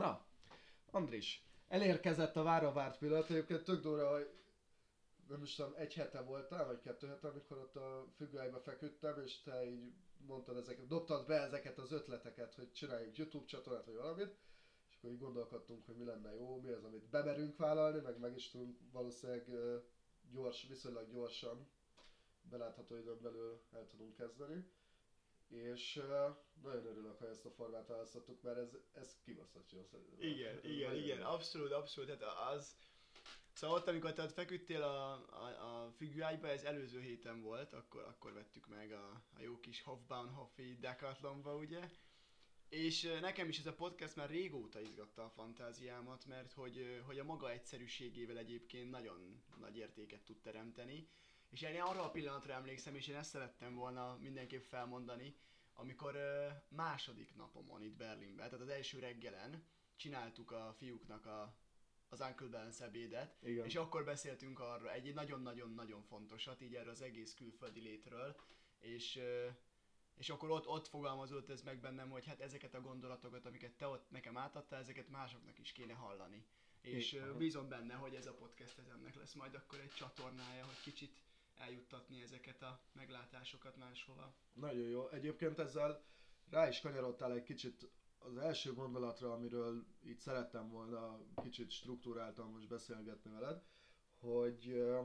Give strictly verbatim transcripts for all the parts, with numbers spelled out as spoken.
Na, Andris, elérkezett a vára várt pillanat, egyébként tök durva, hogy nem is tudom, egy hete voltál, vagy kettő hete, amikor ott a függőágyba feküdtem, és te így mondtad ezeket, dobtad be ezeket az ötleteket, hogy csináljuk YouTube csatornát, vagy valamit, és akkor így gondolkodtunk, hogy mi lenne jó, mi az, amit bemerünk vállalni, meg meg is tudunk valószínűleg ö, gyors, viszonylag gyorsan, belátható időn belül el tudunk kezdeni. És uh, nagyon örülök, hogy ezt a formát választottuk, mert ez, ez kibaszott jó szerintem. Igen, Ez igen, nagyon igen, jó. abszolút, abszolút, hát az... Szóval ott, amikor te ott feküdtél a, a, a függőágyba, ez előző héten volt, akkor, akkor vettük meg a, a jó kis Hofbaum Hoffi Decathlonba, ugye? És ö, nekem is ez a podcast már régóta izgatta a fantáziámat, mert hogy, ö, hogy a maga egyszerűségével egyébként nagyon nagy értéket tud teremteni. És én arra a pillanatra emlékszem, és én ezt szerettem volna mindenképp felmondani, amikor ö, második napomon itt Berlinben, tehát az első reggelen csináltuk a fiúknak a, az Uncle Ben's ebédet, Igen. és akkor beszéltünk arra egy nagyon-nagyon-nagyon fontosat, így erről az egész külföldi létről, és, ö, és akkor ott, ott fogalmazódott ez meg bennem, hogy hát ezeket a gondolatokat, amiket te ott nekem átadtál, ezeket másoknak is kéne hallani. És ö, bízom benne, hogy ez a podcast ez ennek lesz majd akkor egy csatornája, hogy kicsit eljuttatni ezeket a meglátásokat máshova. Nagyon jó. Egyébként ezzel rá is kanyarodtál egy kicsit az első gondolatra, amiről így szerettem volna kicsit struktúráltan most beszélgetni veled, hogy uh,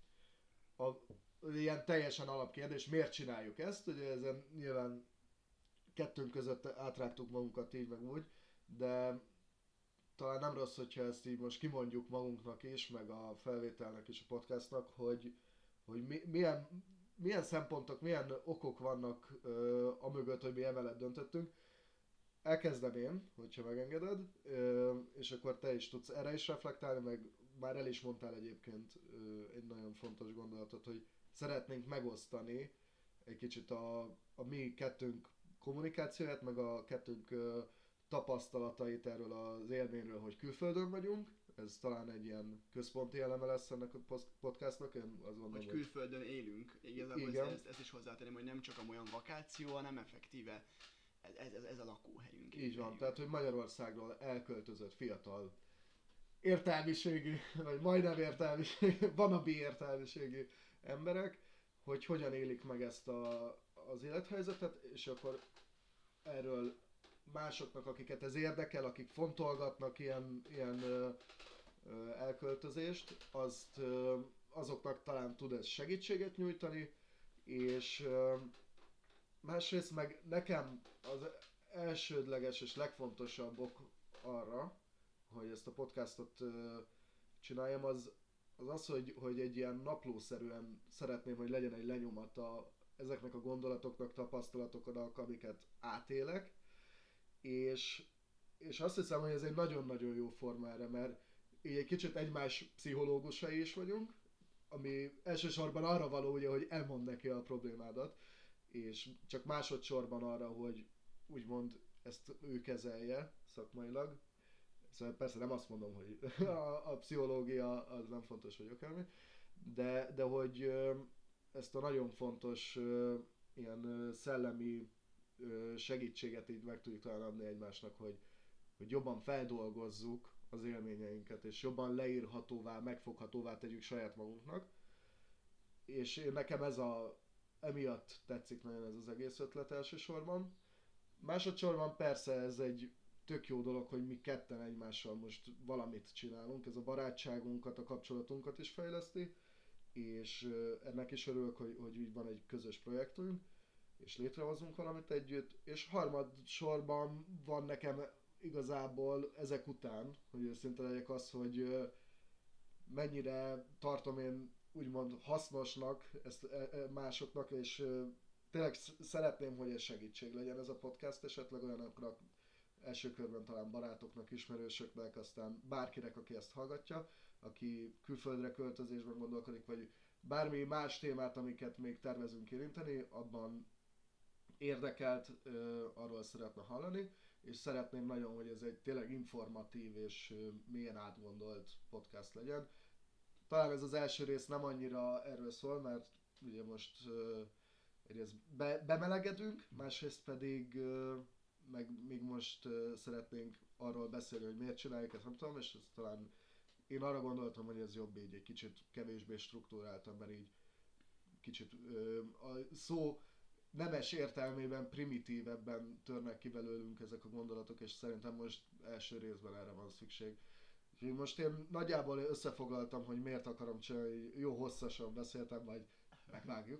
a, ilyen teljesen alapkérdés, miért csináljuk ezt? Ugye ezen nyilván kettőnk között átrágtuk magunkat így meg úgy, de talán nem rossz, hogyha ezt így most kimondjuk magunknak is, meg a felvételnek és a podcastnak, hogy, hogy mi, milyen, milyen szempontok, milyen okok vannak ö, amögött, hogy mi emellett döntöttünk. Elkezdem én, hogyha megengeded, ö, és akkor te is tudsz erre is reflektálni, meg már el is mondtál egyébként ö, egy nagyon fontos gondolatot, hogy szeretnénk megosztani egy kicsit a, a mi kettőnk kommunikációját, meg a kettőnk ö, tapasztalatait erről az élményről, hogy külföldön vagyunk. Ez talán egy ilyen központi eleme lesz ennek a posz- podcastnak, én azt gondolom, Hogy külföldön élünk, igazából Igen. ezt, ezt is hozzátenném, hogy nem csak olyan vakáció, hanem effektíve ez, ez, ez a lakóhelyünk. így van, helyünk. tehát hogy Magyarországról elköltözött fiatal értelmiségi, vagy majdnem értelmiségi, wannabe értelmiségi emberek, hogy hogyan élik meg ezt a, az élethelyzetet, és akkor erről másoknak, akiket ez érdekel, akik fontolgatnak ilyen, ilyen ö, ö, elköltözést, azt ö, azoknak talán tud ez segítséget nyújtani, és ö, másrészt meg nekem az elsődleges és legfontosabb ok arra, hogy ezt a podcastot ö, csináljam, az az, az hogy, hogy egy ilyen naplószerűen szeretném, hogy legyen egy lenyomata ezeknek a gondolatoknak, tapasztalatoknak, amiket átélek, és, és azt hiszem, hogy ez egy nagyon-nagyon jó forma erre, mert így egy kicsit egymás pszichológusai is vagyunk, ami elsősorban arra való, ugye, hogy elmond neki a problémádat, és csak másodszorban arra, hogy úgymond ezt ő kezelje szakmailag. Szóval persze nem azt mondom, hogy a, a pszichológia az nem fontos, vagy akármi, de, de hogy ö, ezt a nagyon fontos ö, ilyen ö, szellemi ö, segítséget így meg tudjuk talán adni egymásnak, hogy, hogy jobban feldolgozzuk az élményeinket, és jobban leírhatóvá, megfoghatóvá tegyük saját magunknak. És én nekem ez a, emiatt tetszik nagyon ez az egész ötlet elsősorban. Másodszorban persze ez egy tök jó dolog, hogy mi ketten egymással most valamit csinálunk, ez a barátságunkat, a kapcsolatunkat is fejleszti, és ennek is örülök, hogy, hogy így van egy közös projektünk, és létrehozunk valamit együtt, és harmadsorban van nekem igazából ezek után, hogy őszinte legyek, az, hogy mennyire tartom én úgymond hasznosnak ezt másoknak, és tényleg szeretném, hogy ez segítség legyen ez a podcast, esetleg olyanoknak, első körben talán barátoknak, ismerősöknek, aztán bárkinek, aki ezt hallgatja, aki külföldre költözésben gondolkodik, vagy bármi más témát, amiket még tervezünk érinteni, abban érdekelt, arról szeretne hallani, és szeretném nagyon, hogy ez egy tényleg informatív és mélyen átgondolt podcast legyen. Talán ez az első rész nem annyira erről szól, mert ugye most egyrészt be, bemelegedünk, másrészt pedig meg még most szeretnénk arról beszélni, hogy miért csináljuk ezt, nem tudom, és ez talán én arra gondoltam, hogy ez jobb így, egy kicsit kevésbé struktúráltan, mert így kicsit ö, a szó nemes értelmében primitívebben törnek ki belőlünk ezek a gondolatok, és szerintem most első részben erre van szükség. Úgyhogy most én nagyjából összefoglaltam, hogy miért akarom csinálni, jó hosszasan beszéltem, majd megvágjuk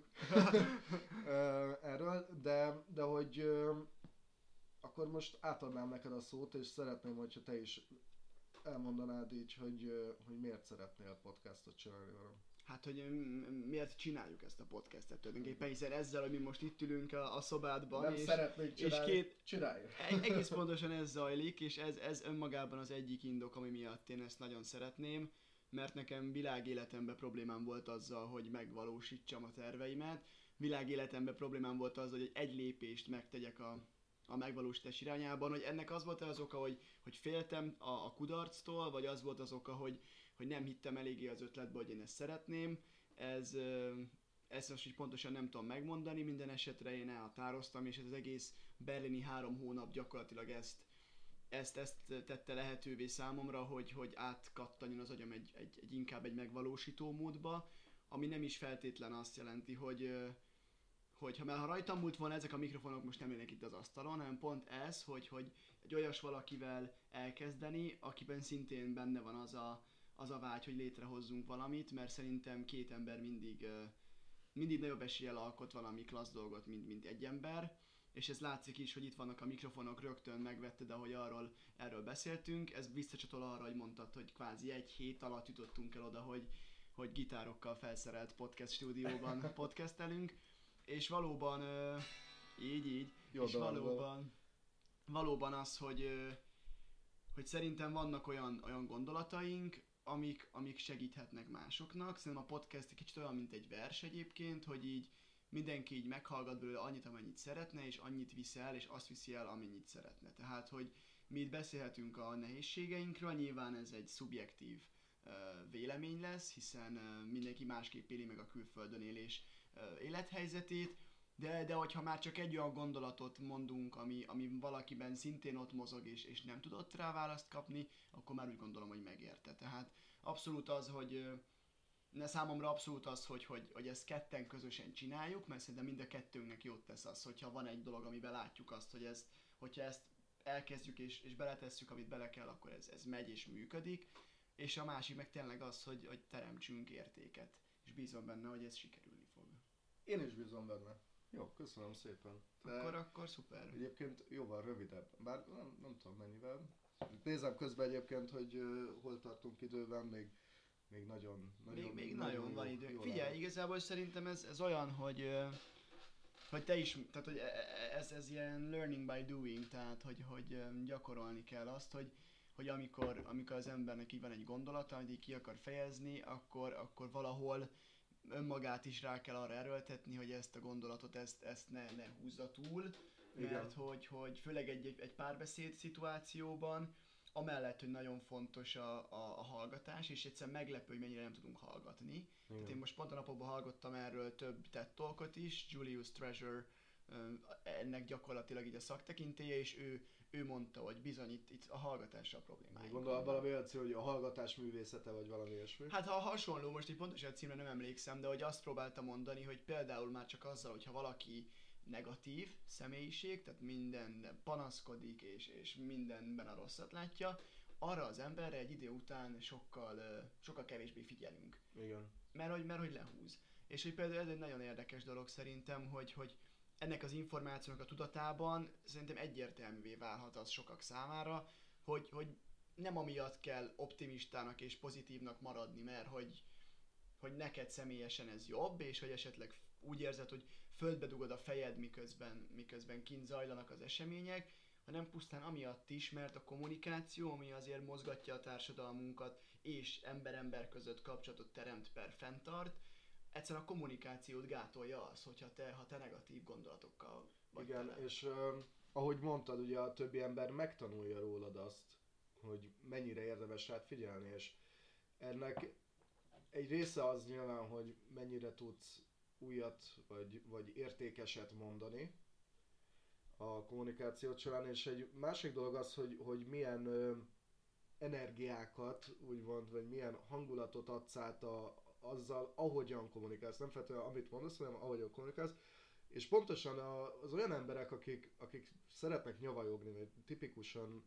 erről, de, de hogy ö, akkor most átadnám neked a szót, és szeretném, hogyha te is elmondanád így, hogy, hogy miért szeretnél podcastot csinálni velem. Hát, hogy miért csináljuk ezt a podcastet tulajdonképpen, hiszen ezzel, hogy mi most itt ülünk a, a szobádban, nem és, szeretnék csinálni, és két, csináljuk. Egész pontosan ez zajlik, és ez, ez önmagában az egyik indok, ami miatt én ezt nagyon szeretném, mert nekem világéletemben problémám volt azzal, hogy megvalósítsam a terveimet, világéletemben problémám volt azzal, hogy egy lépést megtegyek a, a megvalósítás irányában, hogy ennek az volt az oka, hogy, hogy féltem a, a kudarctól, vagy az volt az oka, hogy hogy nem hittem eléggé az ötletbe, hogy én ezt szeretném. Ez, ezt most így pontosan nem tudom megmondani, minden esetre én elhatároztam, és ez az egész berlini három hónap gyakorlatilag ezt, ezt, ezt tette lehetővé számomra, hogy, hogy átkattanjon az agyam egy, egy, egy inkább egy megvalósító módba, ami nem is feltétlen azt jelenti, hogy, hogy ha, mert ha rajtam múlt volna ezek a mikrofonok most nem lennének itt az asztalon, hanem pont ez, hogy, hogy egy olyas valakivel elkezdeni, akiben szintén benne van az a az a vágy, hogy létrehozzunk valamit, mert szerintem két ember mindig, mindig nagyobb eséllyel alkot valami klassz dolgot, mint, mint egy ember, és ez látszik is, hogy itt vannak a mikrofonok, rögtön megvetted, ahogy arról, erről beszéltünk, ez visszacsatol arra, hogy mondtad, hogy kvázi egy hét alatt jutottunk el oda, hogy, hogy gitárokkal felszerelt podcast stúdióban podcastelünk, és valóban, így, így, Jó és dolog. valóban, valóban az, hogy, hogy szerintem vannak olyan, olyan gondolataink, Amik, amik segíthetnek másoknak. Szerintem a podcast egy kicsit olyan, mint egy vers egyébként, hogy így mindenki így meghallgat belőle annyit, amennyit szeretne, és annyit visz el, és azt viszi el, amennyit szeretne. Tehát, hogy mi itt beszélhetünk a nehézségeinkről, nyilván ez egy szubjektív uh, vélemény lesz, hiszen uh, mindenki másképp éli meg a külföldön élés uh, élethelyzetét, de, de hogyha már csak egy olyan gondolatot mondunk, ami, ami valakiben szintén ott mozog, és, és nem tudott rá választ kapni, akkor már úgy gondolom, hogy megérte. Tehát abszolút az, hogy ne számomra abszolút az, hogy, hogy, hogy ezt ketten közösen csináljuk, mert szerintem mind a kettőnknek jót tesz az, hogyha van egy dolog, amiben látjuk azt, hogy ezt, hogyha ezt elkezdjük és, és beletesszük, amit bele kell, akkor ez, ez megy és működik, és a másik meg tényleg az, hogy, hogy teremtsünk értéket, és bízom benne, hogy ez sikerülni fog. Én is bízom benne. Jó, köszönöm szépen. De akkor, akkor szuper. Egyébként jóval rövidebb, bár nem, nem tudom mennyivel. Nézem közben egyébként, hogy uh, hol tartunk időben, még, még nagyon, nagyon... Még, még nagyon, nagyon van idő. Figyelj, áll. Igazából szerintem ez, ez olyan, hogy, hogy te is, tehát hogy ez, ez ilyen learning by doing, tehát hogy, hogy gyakorolni kell azt, hogy, hogy amikor, amikor az embernek így van egy gondolata, hogy így ki akar fejezni, akkor, akkor valahol önmagát is rá kell arra erőltetni, hogy ezt a gondolatot, ezt, ezt ne, ne húzza túl, mert hogy, hogy főleg egy, egy, egy párbeszéd szituációban, amellett, hogy nagyon fontos a, a, a hallgatás, és egyszerűen meglepő, hogy mennyire nem tudunk hallgatni. Tehát én most pont a napokban hallgattam erről több TED Talkot is, Julius Treasure ennek gyakorlatilag így a szaktekintélye, és ő, ő mondta, hogy bizony itt, itt a hallgatással problémáink. Gondolom valami olyan cél, hogy a hallgatás művészete, vagy valami ilyesmi? Hát ha hasonló, most így pontosan a címre nem emlékszem, de hogy azt próbáltam mondani, hogy például már csak azzal, hogyha valaki negatív személyiség, tehát minden panaszkodik, és, és mindenben a rosszat látja, arra az emberre egy idő után sokkal, sokkal kevésbé figyelünk. Igen. Mert hogy, mert hogy lehúz. És hogy például ez egy nagyon érdekes dolog szerintem, hogy, hogy ennek az információnak a tudatában szerintem egyértelművé válhat az sokak számára, hogy, hogy nem amiatt kell optimistának és pozitívnak maradni, mert hogy, hogy neked személyesen ez jobb, és hogy esetleg úgy érzed, hogy földbe dugod a fejed, miközben, miközben kint zajlanak az események, hanem pusztán amiatt is, mert a kommunikáció, ami azért mozgatja a társadalmunkat, és ember-ember között kapcsolatot teremt per fenntart, egyszerűen a kommunikációt gátolja az, hogyha te, ha te negatív gondolatokkal vagy. Igen, tele. és uh, ahogy mondtad, ugye a többi ember megtanulja rólad azt, hogy mennyire érdemes rád figyelni, és ennek egy része az nyilván, hogy mennyire tudsz újat vagy, vagy értékeset mondani. a kommunikációt során, és egy másik dolog az, hogy, hogy milyen ö, energiákat, úgymond, vagy milyen hangulatot adsz át a, azzal, ahogyan kommunikálsz, nem feltétlenül amit mondasz, hanem ahogyan kommunikálsz, és pontosan a, az olyan emberek, akik, akik szeretnek nyavajogni, vagy tipikusan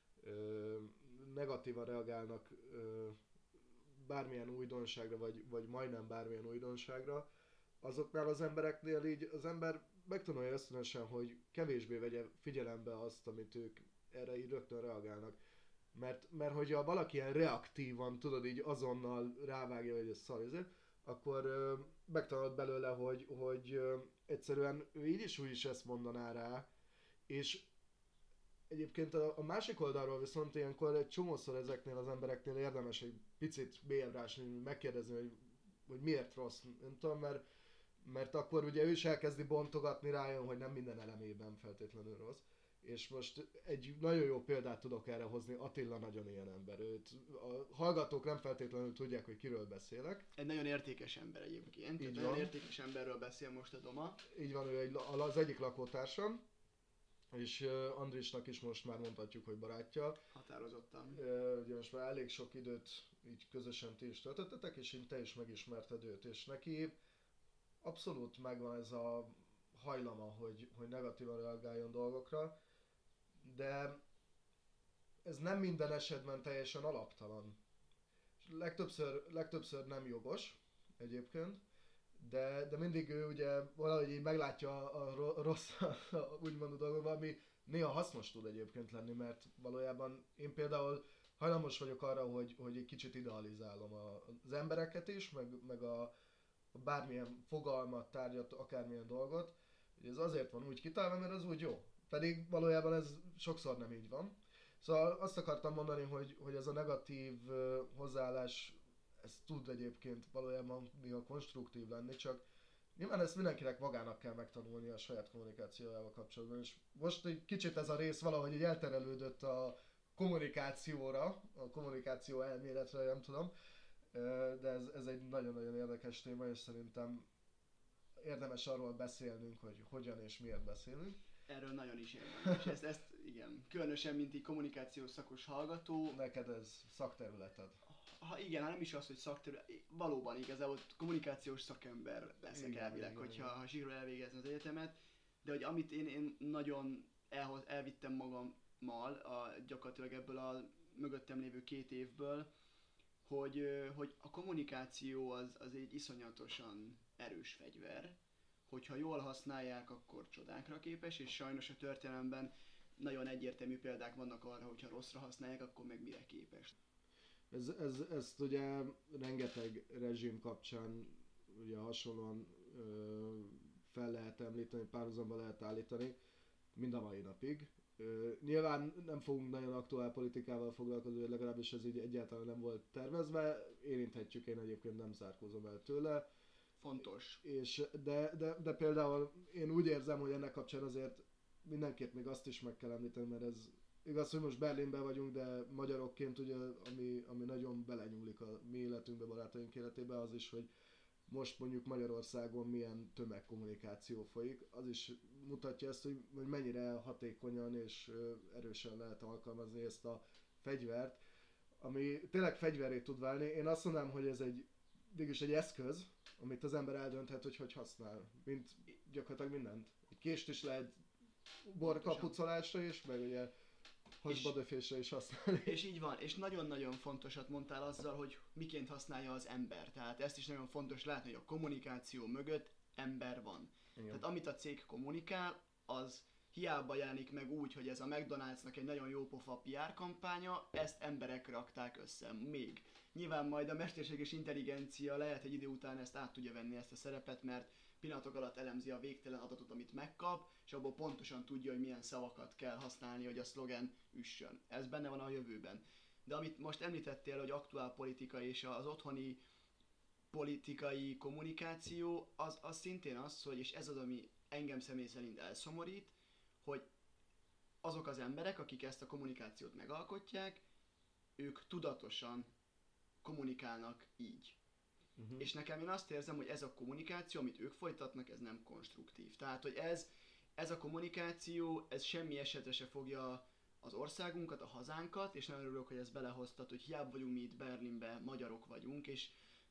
ö, negatívan reagálnak ö, bármilyen újdonságra, vagy, vagy majdnem bármilyen újdonságra, azoknál az embereknél így az ember megtanulja ösztönösen, hogy kevésbé vegye figyelembe azt, amit ők erre így rögtön reagálnak. Mert, mert hogyha valaki ilyen reaktívan, tudod, így azonnal rávágja, hogy ez szar, ezért, akkor ö, megtanulod belőle, hogy, hogy ö, egyszerűen ő így is úgy is ezt mondaná rá, és egyébként a, a másik oldalról viszont ilyenkor egy csomószor ezeknél az embereknél érdemes egy picit mélyebb rásni, megkérdezni, hogy, hogy miért rossz, nem tudom, mert, mert akkor ugye ő is elkezdi bontogatni, rájön, hogy nem minden elemében feltétlenül rossz. És most egy nagyon jó példát tudok erre hozni, Attila nagyon ilyen ember. Őt, a hallgatók nem feltétlenül tudják, hogy kiről beszélek. Egy nagyon értékes ember egyébként. Egy nagyon értékes emberről beszél most a Doma. Így van, ő egy, az egyik lakótársam, és uh, Andrisnak is most már mondhatjuk, hogy barátja. Határozottan. Uh, ugye most már elég sok időt így közösen ti is töltöttetek, és így te is megismerted őt, és neki abszolút megvan ez a hajlama, hogy, hogy negatívan reagáljon dolgokra, de ez nem minden esetben teljesen alaptalan. Legtöbbször, legtöbbször nem jogos egyébként, de, de mindig ő ugye valahogy így meglátja a, a rossz, úgymond a dolgokban, ami néha hasznos tud egyébként lenni, mert valójában én például hajlamos vagyok arra, hogy, hogy egy kicsit idealizálom a, az embereket is, meg, meg a, a bármilyen fogalmat, tárgyat, akármilyen dolgot. Ez azért van úgy kitalálva, mert az úgy jó. Pedig valójában ez sokszor nem így van. Szóval azt akartam mondani, hogy, hogy ez a negatív uh, hozzáállás, ez tud egyébként valójában néha konstruktív lenni, csak nyilván ezt mindenkinek magának kell megtanulni a saját kommunikációjával kapcsolatban. És most egy kicsit ez a rész valahogy így elterelődött a kommunikációra, a kommunikáció elméletre, nem tudom. Uh, de ez, ez egy nagyon-nagyon érdekes téma, és szerintem érdemes arról beszélnünk, hogy hogyan és miért beszélünk. Erről nagyon is érdemes. Ezt, ezt igen, különösen, mint egy kommunikációs szakos hallgató. Neked ez szakterületed. Ha igen, nem is az, hogy szakterület, valóban igazából kommunikációs szakember leszek igen, elvileg, igen, hogyha igen. Ha sikerül elvégezni az egyetemet. De hogy amit én, én nagyon elhoz, elvittem magammal, a, gyakorlatilag ebből a mögöttem lévő két évből, hogy, hogy a kommunikáció az, az egy iszonyatosan erős fegyver, hogyha jól használják, akkor csodákra képes, és sajnos a történelemben nagyon egyértelmű példák vannak arra, hogyha rosszra használják, akkor meg mire képes. Ez, ez, ezt ugye rengeteg rezsim kapcsán ugye hasonlóan ö, fel lehet említeni, párhuzamba lehet állítani, mind a mai napig. Ö, nyilván nem fogunk nagyon aktuál politikával foglalkozni, vagy legalábbis ez így egyáltalán nem volt tervezve, érinthetjük, én egyébként nem zárkózom el tőle. Fontos. És de, de, de például én úgy érzem, hogy ennek kapcsán azért mindenképp még azt is meg kell említeni, mert ez igaz, hogy most Berlinben vagyunk, de magyarokként ugye, ami, ami nagyon belenyúlik a mi életünkbe, barátaink életébe, az is, hogy most mondjuk Magyarországon milyen tömegkommunikáció folyik, az is mutatja ezt, hogy, hogy mennyire hatékonyan és erősen lehet alkalmazni ezt a fegyvert, ami tényleg fegyverré tud válni. Én azt mondanám, hogy ez egy végülis egy eszköz, amit az ember eldönthet, hogy hogy használ, mint gyakorlatilag mindent. Egy kést is lehet borkapucolásra is, meg ugye hasbadöfésre is használni. És így van, és nagyon-nagyon fontosat mondtál azzal, hogy miként használja az ember. Tehát ezt is nagyon fontos látni, hogy a kommunikáció mögött ember van. Igen. Tehát amit a cég kommunikál, az hiába jelenik meg úgy, hogy ez a McDonald'snak egy nagyon jó pofa pé er kampánya, ezt emberek rakták össze még. Nyilván majd a mesterséges intelligencia lehet egy idő után ezt át tudja venni ezt a szerepet, mert pillanatok alatt elemzi a végtelen adatot, amit megkap, és abból pontosan tudja, hogy milyen szavakat kell használni, hogy a szlogen üssön. Ez benne van a jövőben. De amit most említettél, hogy aktuál politika és az otthoni politikai kommunikáció, az, az szintén az, hogy, és ez az, ami engem személy szerint elszomorít, hogy azok az emberek, akik ezt a kommunikációt megalkotják, ők tudatosan kommunikálnak így. Uh-huh. És nekem én azt érzem, hogy ez a kommunikáció, amit ők folytatnak, ez nem konstruktív. Tehát, hogy ez ez a kommunikáció, ez semmi esetre se fogja az országunkat, a hazánkat, és nagyon örülök, hogy ezt belehoztat, hogy hiába vagyunk mi itt Berlinben, magyarok vagyunk, és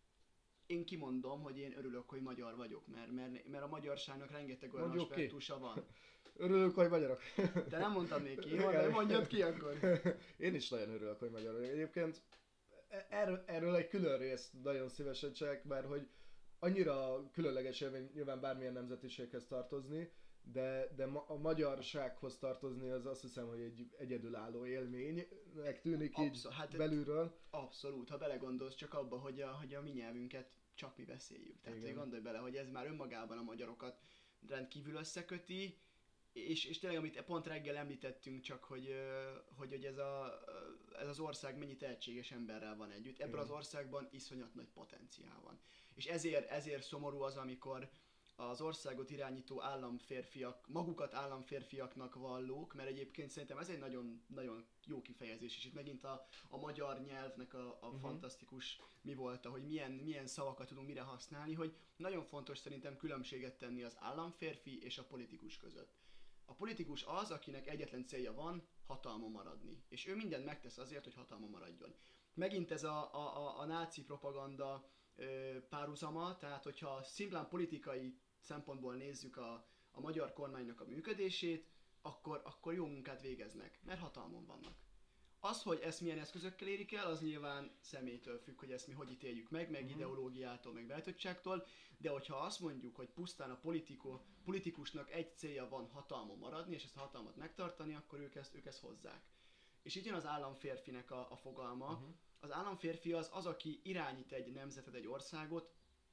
én kimondom, hogy én örülök, hogy magyar vagyok, mert, mert, mert a magyarságnak rengeteg olyan Mondjuk aspektusa van. Örülök, hogy magyarok. Te nem mondtad még ki, mondjad, mondjad ki akkor. Én is nagyon örülök, hogy magyar vagyok. Egyébként erről, erről egy külön részt nagyon szívesen csinálok, mert hogy annyira különleges élmény nyilván bármilyen nemzetiséghez tartozni, de, de ma, a magyarsághoz tartozni az azt hiszem, hogy egy egyedülálló élménynek tűnik így Abszol- hát belülről. Abszolút, ha belegondolsz csak abba, hogy a, hogy a mi nyelvünket csak mi beszéljük. Tehát Igen. hogy gondolj bele, hogy ez már önmagában a magyarokat rendkívül összeköti, és, és tényleg, amit pont reggel említettünk csak, hogy, ö, hogy, hogy ez, a, ez az ország mennyi tehetséges emberrel van együtt. Ebből Igen. az országban iszonyat nagy potenciál van. És ezért, ezért szomorú az, amikor az országot irányító államférfiak, magukat államférfiaknak vallók, mert egyébként szerintem ez egy nagyon, nagyon jó kifejezés, és itt megint a, a magyar nyelvnek a, a uh-huh. fantasztikus mi volt, hogy milyen, milyen szavakat tudunk mire használni, hogy nagyon fontos szerintem különbséget tenni az államférfi és a politikus között. A politikus az, akinek egyetlen célja van, hatalma maradni. És ő mindent megtesz azért, hogy hatalma maradjon. Megint ez a, a, a, a náci propaganda ö, párhuzama, tehát hogyha szimplán politikai szempontból nézzük a, a magyar kormánynak a működését, akkor, akkor jó munkát végeznek, mert hatalmon vannak. Az, hogy ezt milyen eszközökkel érik el, az nyilván személytől függ, hogy ezt mi hogy ítéljük meg, meg uh-huh. ideológiától, meg beállítottságtól, de hogyha azt mondjuk, hogy pusztán a politiko, politikusnak egy célja van hatalmon maradni, és ezt a hatalmat megtartani, akkor ők ezt, ők ezt hozzák. És így jön az államférfinek a, a fogalma. Uh-huh. Az államférfi az az, aki irányít egy nemzetet, egy országot,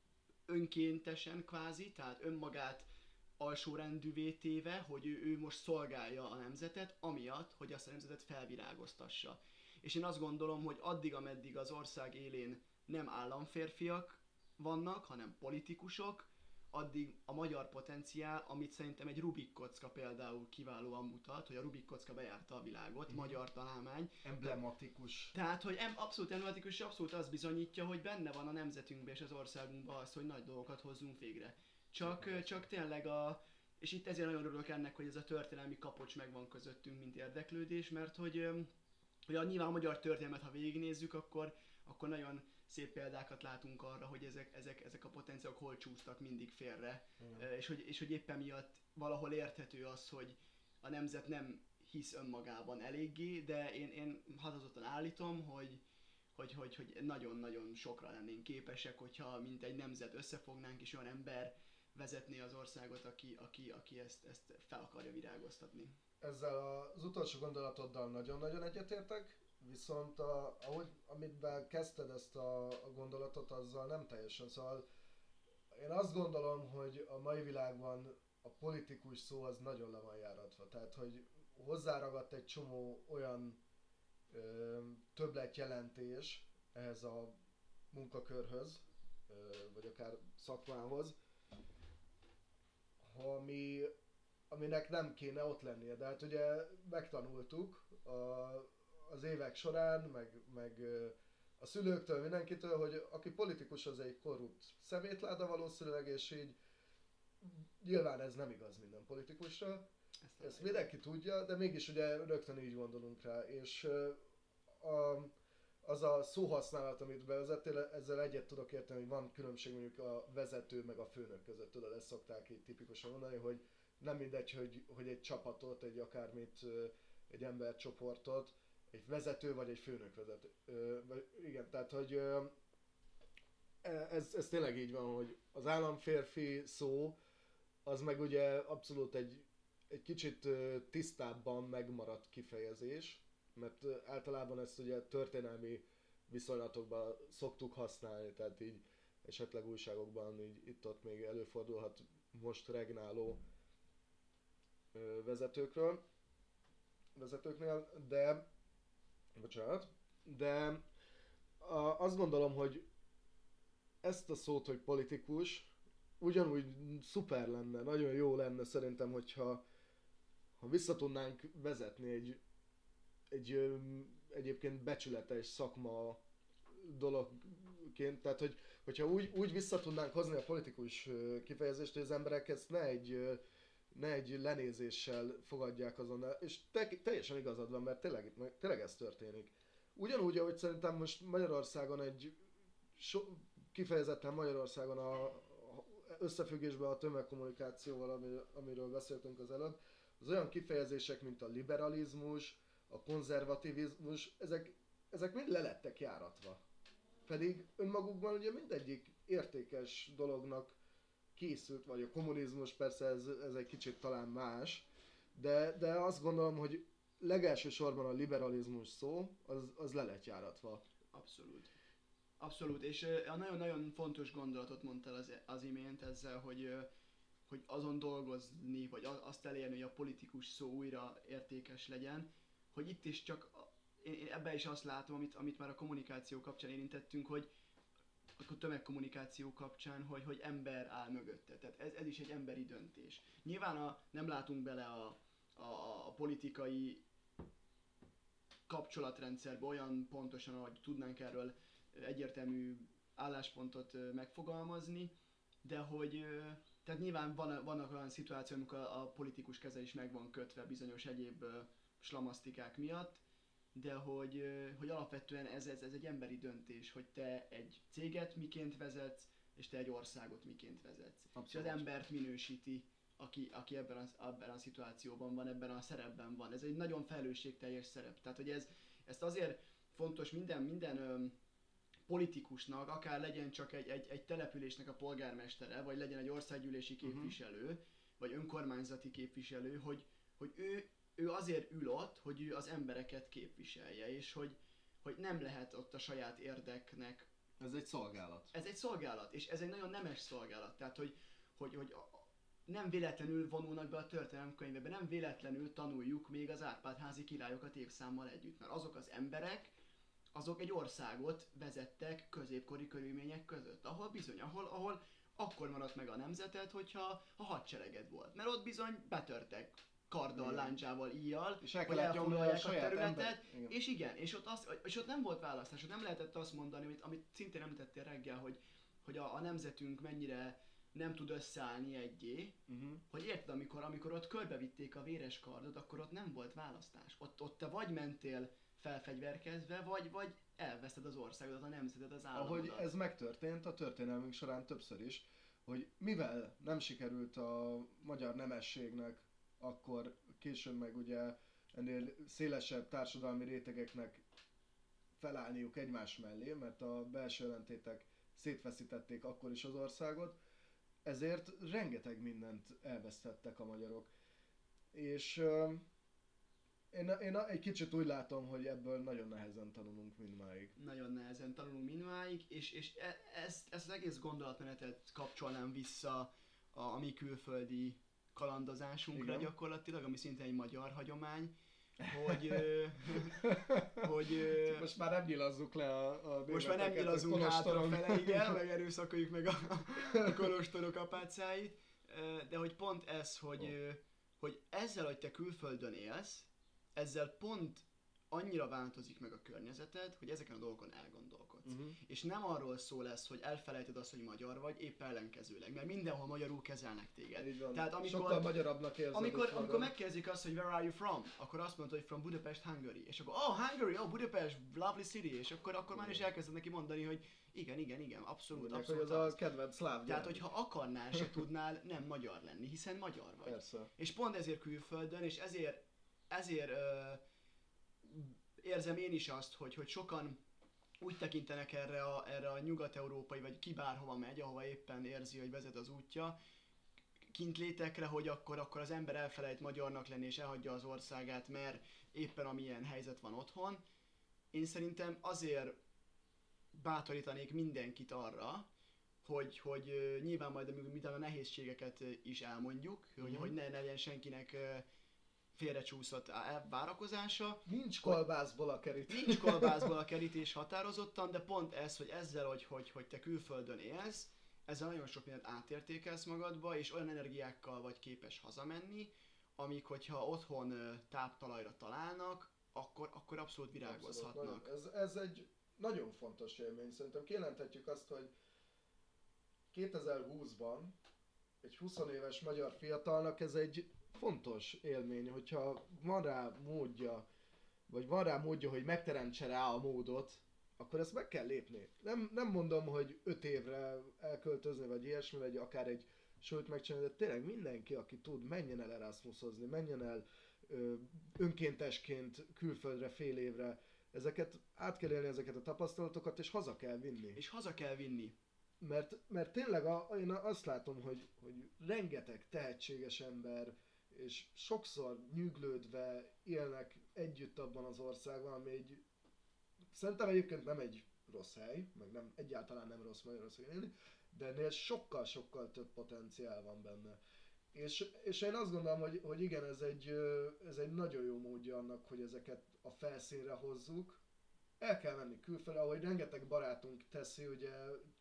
önkéntesen kvázi, tehát önmagát alsórendűvé téve, hogy ő, ő most szolgálja a nemzetet, amiatt, hogy azt a nemzetet felvirágoztassa. És én azt gondolom, hogy addig, ameddig az ország élén nem államférfiak vannak, hanem politikusok, addig a magyar potenciál, amit szerintem egy Rubik kocka például kiválóan mutat, hogy a Rubik kocka bejárta a világot, mm. magyar találmány. Emblematikus. Tehát, hogy em, abszolút emblematikus, és abszolút az bizonyítja, hogy benne van a nemzetünkben és az országunkban az, hogy nagy dolgokat hozzunk végre. Csak, csak tényleg a... És itt ezért nagyon örülök ennek, hogy ez a történelmi kapocs megvan közöttünk, mint érdeklődés, mert hogy, hogy a, nyilván a magyar történelmet, ha végignézzük, akkor, akkor nagyon szép példákat látunk arra, hogy ezek, ezek, ezek a potenciálok hol csúsztak mindig félre, mm. és, hogy, és hogy éppen miatt valahol érthető az, hogy a nemzet nem hisz önmagában eléggé, de én, én határozottan állítom, hogy, hogy, hogy, hogy nagyon-nagyon sokra lennénk képesek, hogyha mint egy nemzet összefognánk, és olyan ember vezetné az országot, aki, aki, aki ezt, ezt fel akarja virágoztatni. Ezzel az utolsó gondolatoddal nagyon-nagyon egyetértek, viszont a, ahogy, amivel kezdted ezt a, a gondolatot, azzal nem teljesen. Szóval én azt gondolom, hogy a mai világban a politikus szó az nagyon le van járatva. Tehát, hogy hozzáragadt egy csomó olyan ö, többletjelentés ehhez a munkakörhöz, ö, vagy akár szakmához, ami, aminek nem kéne ott lennie. De hát ugye megtanultuk a, az évek során, meg, meg a szülőktől, mindenkitől, hogy aki politikus, az egy korrupt szemétláda valószínűleg, és így nyilván ez nem igaz minden politikusra. Ezt, Ezt mindenki tudja, de mégis ugye rögtön így gondolunk rá, és a, az a szóhasználat, amit bevezettél, ezzel egyet tudok érteni, hogy van különbség mondjuk a vezető meg a főnök között, tudod, ezt szokták így tipikusan mondani, hogy nem mindegy, hogy, hogy egy csapatot, egy akármit, egy embercsoportot, egy vezető vagy egy főnök vezető. Igen, tehát hogy ez, ez tényleg így van, hogy az államférfi szó, az meg ugye abszolút egy, egy kicsit tisztábban megmaradt kifejezés, mert általában ezt ugye történelmi viszonylatokban szoktuk használni, tehát így esetleg újságokban így itt-ott még előfordulhat most regnáló vezetőkről, vezetőknél, de bocsánat, de a, azt gondolom, hogy ezt a szót, hogy politikus, ugyanúgy szuper lenne, nagyon jó lenne szerintem, hogyha ha vissza tudnánk vezetni egy, egy egyébként becsületes szakma dologként, tehát hogy, hogyha úgy, úgy vissza tudnánk hozni a politikus kifejezést, hogy az emberek ezt ne egy ne egy lenézéssel fogadják azonnal, és te, teljesen igazad van, mert tényleg, tényleg ez történik. Ugyanúgy, ahogy szerintem most Magyarországon egy, so, kifejezetten Magyarországon a, a összefüggésben a tömegkommunikációval, amir, amiről beszéltünk az előbb, az olyan kifejezések, mint a liberalizmus, a konzervativizmus, ezek, ezek mind lelettek járatva. Pedig önmagukban ugye mindegyik értékes dolognak készült, vagy a kommunizmus persze ez, ez egy kicsit talán más, de, de azt gondolom, hogy legelső sorban a liberalizmus szó, az, az le lett járatva. Abszolút. Abszolút, és uh, nagyon-nagyon fontos gondolatot mondtál az, az imént ezzel, hogy, uh, hogy azon dolgozni, vagy azt elérni, hogy a politikus szó újra értékes legyen, hogy itt is csak, én, én ebben is azt látom, amit, amit már a kommunikáció kapcsán érintettünk, hogy a tömegkommunikáció kapcsán, hogy, hogy ember áll mögötte. Tehát ez, ez is egy emberi döntés. Nyilván a, nem látunk bele a, a, a politikai kapcsolatrendszerbe olyan pontosan, ahogy tudnánk erről egyértelmű álláspontot megfogalmazni, de hogy tehát nyilván van, vannak olyan szituációk, amikor a, a politikus keze is meg van kötve bizonyos egyéb slamasztikák miatt, de hogy, hogy alapvetően ez, ez, ez egy emberi döntés, hogy te egy céget miként vezetsz, és te egy országot miként vezetsz. Abszolút. És az embert minősíti, aki, aki ebben, a, ebben a szituációban van, ebben a szerepben van. Ez egy nagyon felelősségteljes szerep. Tehát, hogy ez, ezt azért fontos minden, minden öm, politikusnak, akár legyen csak egy, egy, egy településnek a polgármestere, vagy legyen egy országgyűlési képviselő, uh-huh. vagy önkormányzati képviselő, hogy, hogy ő ő azért ül ott, hogy ő az embereket képviselje, és hogy, hogy nem lehet ott a saját érdeknek. Ez egy szolgálat. Ez egy szolgálat, és ez egy nagyon nemes szolgálat. Tehát, hogy, hogy, hogy nem véletlenül vonulnak be a történelemkönyvebe, nem véletlenül tanuljuk még az Árpád-házi királyokat évszámmal együtt, mert azok az emberek, azok egy országot vezettek középkori körülmények között, ahol bizony, ahol, ahol akkor maradt meg a nemzeted, hogyha a hadsereged volt. Mert ott bizony betörtek karddal, láncsával, íjjal, és el kellett nyomni a saját területet, igen. És igen, és ott, az, és ott nem volt választás, ott nem lehetett azt mondani, amit, amit szintén említettél reggel, hogy, hogy a, a nemzetünk mennyire nem tud összeállni egyé, uh-huh. hogy érted, amikor, amikor ott körbevitték a véres kardot, akkor ott nem volt választás. Ott, ott te vagy mentél felfegyverkezve, vagy, vagy elveszted az országodat, a nemzetet, az államodat. Ahogy ez megtörtént a történelmünk során többször is, hogy mivel nem sikerült a magyar nemességnek, akkor később meg ugye ennél szélesebb társadalmi rétegeknek felállniuk egymás mellé, mert a belső ellentétek szétfeszítették akkor is az országot, ezért rengeteg mindent elvesztettek a magyarok. És uh, én, én egy kicsit úgy látom, hogy ebből nagyon nehezen tanulunk mindmáig. Nagyon nehezen tanulunk mindmáig, és, és e, ezt, ezt az egész gondolatmenetet kapcsolnám vissza a, a mi külföldi kalandozásunkra. Igen. Gyakorlatilag, ami szintén egy magyar hagyomány, hogy, hogy most már nem nyilazzuk le a, a most már nem nyilazunk hátrafele, igen, meg erőszakoljuk meg a, a kolostorok apácáit, de hogy pont ez, hogy, oh. hogy ezzel, hogy te külföldön élsz, ezzel pont annyira változik meg a környezeted, hogy ezeken a dolgokon elgondolkodsz. Uh-huh. És nem arról szól lesz, hogy elfelejted azt, hogy magyar vagy, épp ellenkezőleg, mert mindenhol magyarul kezelnek téged. Tehát amikor, sokkal magyarabbnak érzed. Amikor, amikor megkezdik azt, hogy where are you from, akkor azt mondod, hogy from Budapest, Hungary. És akkor, oh, Hungary, oh, Budapest, lovely city. És akkor, akkor már is elkezded neki mondani, hogy igen, igen, igen, abszolút, Mondják, abszolút. Hogy az a kedvenc szláv. Tehát, hogyha akarnál, se tudnál nem magyar lenni, hiszen magyar vagy. Persze. És pont ezért külföldön, és ezért, ezért uh, érzem én is azt, hogy, hogy sokan úgy tekintenek erre a, erre a nyugat-európai, vagy ki bárhova megy, ahova éppen érzi, hogy vezet az útja, kintlétekre, hogy akkor, akkor az ember elfelejt magyarnak lenni, és elhagyja az országát, mert éppen amilyen helyzet van otthon. Én szerintem azért bátorítanék mindenkit arra, hogy, hogy nyilván majd a nehézségeket is elmondjuk, mm-hmm. hogy, hogy ne legyen senkinek félrecsúszott várakozása. Nincs kolbászból a kerítés. Nincs kolbászból a kerítés határozottan, de pont ez, hogy ezzel, hogy, hogy, hogy te külföldön élsz, ezzel nagyon sok mindent átértékelsz magadba, és olyan energiákkal vagy képes hazamenni, amik, hogyha otthon táptalajra találnak, akkor, akkor abszolút virágozhatnak. Abszolút, ez, ez egy nagyon fontos élmény. Szerintem kijelenthetjük azt, hogy kétezer-húszban egy húsz éves magyar fiatalnak ez egy fontos élmény, hogyha van rá módja, vagy van rá módja, hogy megteremtse rá a módot, akkor ezt meg kell lépni. Nem, nem mondom, hogy öt évre elköltözni, vagy ilyesmi, vagy akár egy sót megcsinálni, de tényleg mindenki, aki tud, menjen el Erasmusozni, menjen el ö, önkéntesként külföldre fél évre, ezeket át kell élni, ezeket a tapasztalatokat, és haza kell vinni. És haza kell vinni. Mert, mert tényleg a, én azt látom, hogy, hogy rengeteg tehetséges ember, és sokszor nyüglődve élnek együtt abban az országban, ami egy, szerintem egyébként nem egy rossz hely, meg nem, egyáltalán nem rossz Magyarországon élni, de ennél sokkal-sokkal több potenciál van benne. És, és én azt gondolom, hogy, hogy igen, ez egy, ez egy nagyon jó módja annak, hogy ezeket a felszínre hozzuk. El kell menni külföldre, ahogy rengeteg barátunk teszi, ugye